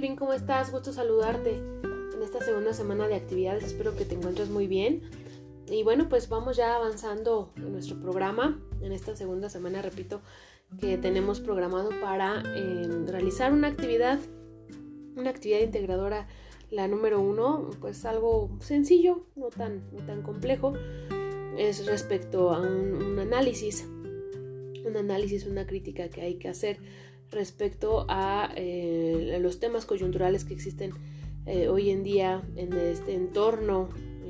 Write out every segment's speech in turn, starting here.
Irving, ¿cómo estás? Gusto saludarte en esta segunda semana de actividades. Espero que te encuentres muy bien. Y bueno, pues vamos ya avanzando en nuestro programa. En esta segunda semana, repito, que tenemos programado para realizar una actividad integradora, la número 1, pues algo sencillo, no tan complejo. Es respecto a un análisis, una crítica que hay que hacer respecto a los temas coyunturales que existen hoy en día en este entorno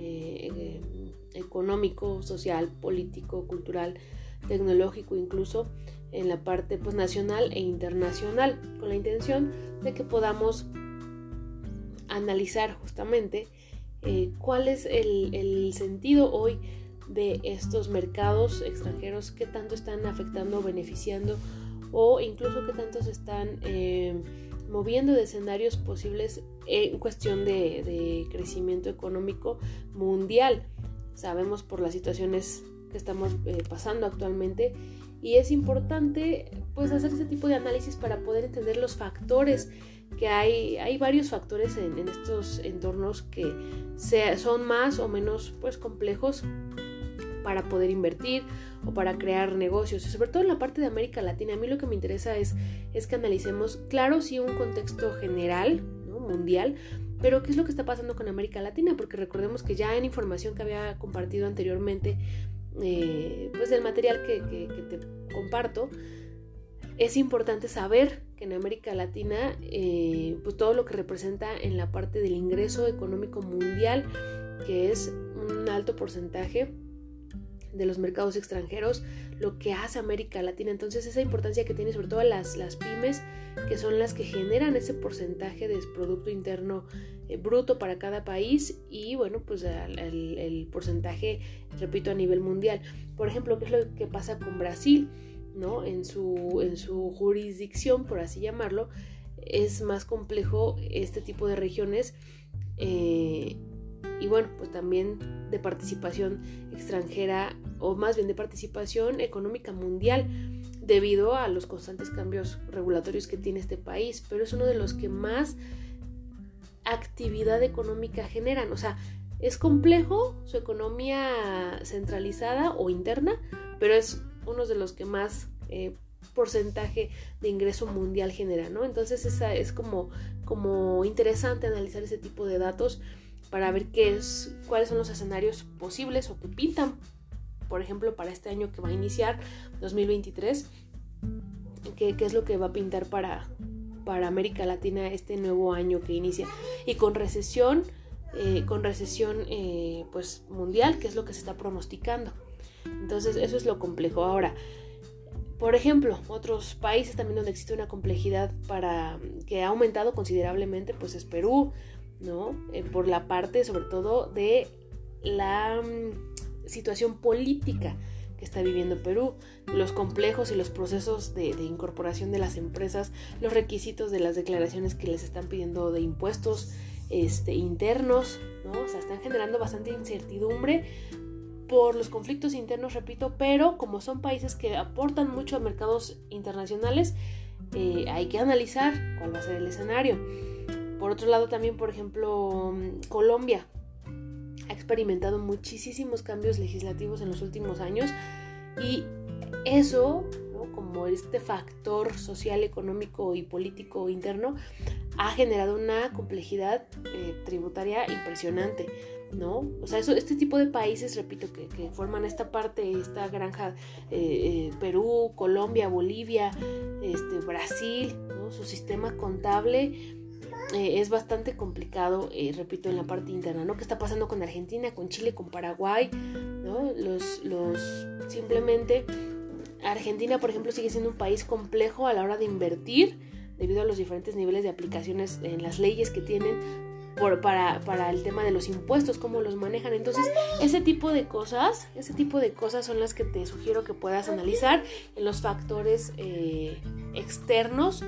económico, social, político, cultural, tecnológico, incluso en la parte pues nacional e internacional, con la intención de que podamos analizar justamente cuál es el sentido hoy de estos mercados extranjeros, qué tanto están afectando o beneficiando, o incluso qué tanto se están moviendo de escenarios posibles en cuestión de crecimiento económico mundial. Sabemos por las situaciones que estamos pasando actualmente, y es importante pues hacer este tipo de análisis para poder entender los factores que hay varios factores en estos entornos que son más o menos pues complejos para poder invertir o para crear negocios, y sobre todo en la parte de América Latina. A mí lo que me interesa es que analicemos, claro, sí, un contexto general, ¿no?, mundial, pero qué es lo que está pasando con América Latina, porque recordemos que ya en información que había compartido anteriormente, pues del material que te comparto, es importante saber que en América Latina pues todo lo que representa en la parte del ingreso económico mundial, que es un alto porcentaje de los mercados extranjeros, lo que hace América Latina. Entonces esa importancia que tiene sobre todo las pymes, que son las que generan ese porcentaje de Producto Interno Bruto para cada país, y bueno, pues el porcentaje, repito, a nivel mundial. Por ejemplo, ¿qué es lo que pasa con Brasil? ¿No? En su jurisdicción, por así llamarlo, es más complejo este tipo de regiones, y bueno, pues también de participación extranjera, o más bien de participación económica mundial, debido a los constantes cambios regulatorios que tiene este país, pero es uno de los que más actividad económica generan. O sea, es complejo su economía centralizada o interna, pero es uno de los que más porcentaje de ingreso mundial genera, ¿no? Entonces es como interesante analizar ese tipo de datos para ver cuáles son los escenarios posibles o que pintan, por ejemplo, para este año que va a iniciar, 2023, qué es lo que va a pintar para América Latina este nuevo año que inicia, y con recesión pues mundial, que es lo que se está pronosticando. Entonces eso es lo complejo. Ahora, por ejemplo, otros países también donde existe una complejidad que ha aumentado considerablemente, pues es Perú, ¿no? Por la parte sobre todo de la situación política que está viviendo Perú, los complejos y los procesos de incorporación de las empresas, los requisitos de las declaraciones que les están pidiendo de impuestos internos, ¿no? O sea, están generando bastante incertidumbre por los conflictos internos, repito, pero como son países que aportan mucho a mercados internacionales, hay que analizar cuál va a ser el escenario. Por otro lado, también, por ejemplo, Colombia ha experimentado muchísimos cambios legislativos en los últimos años, y eso, ¿no?, como este factor social, económico y político interno, ha generado una complejidad tributaria impresionante, ¿no? O sea, este tipo de países, repito, que forman esta granja, Perú, Colombia, Bolivia, Brasil, ¿no? Su sistema contable es bastante complicado, repito, en la parte interna, ¿no? ¿Qué está pasando con Argentina, con Chile, con Paraguay, ¿no? Simplemente Argentina, por ejemplo, sigue siendo un país complejo a la hora de invertir, debido a los diferentes niveles de aplicaciones en las leyes que tienen para el tema de los impuestos, cómo los manejan. Entonces, ese tipo de cosas son las que te sugiero que puedas analizar en los factores externos,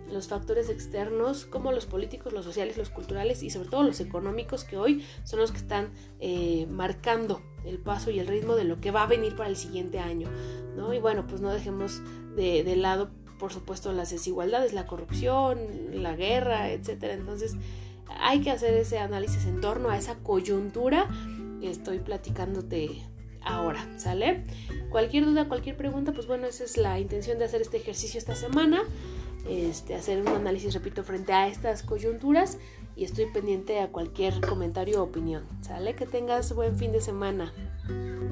como los políticos, los sociales, los culturales y sobre todo los económicos, que hoy son los que están marcando el paso y el ritmo de lo que va a venir para el siguiente año, ¿no? Y bueno, pues no dejemos de lado por supuesto las desigualdades, la corrupción, la guerra, etcétera. Entonces hay que hacer ese análisis en torno a esa coyuntura que estoy platicándote ahora, ¿sale? Cualquier duda, cualquier pregunta, pues bueno, esa es la intención de hacer este ejercicio esta semana, hacer un análisis, repito, frente a estas coyunturas, y estoy pendiente a cualquier comentario o opinión, ¿sale? Que tengas buen fin de semana.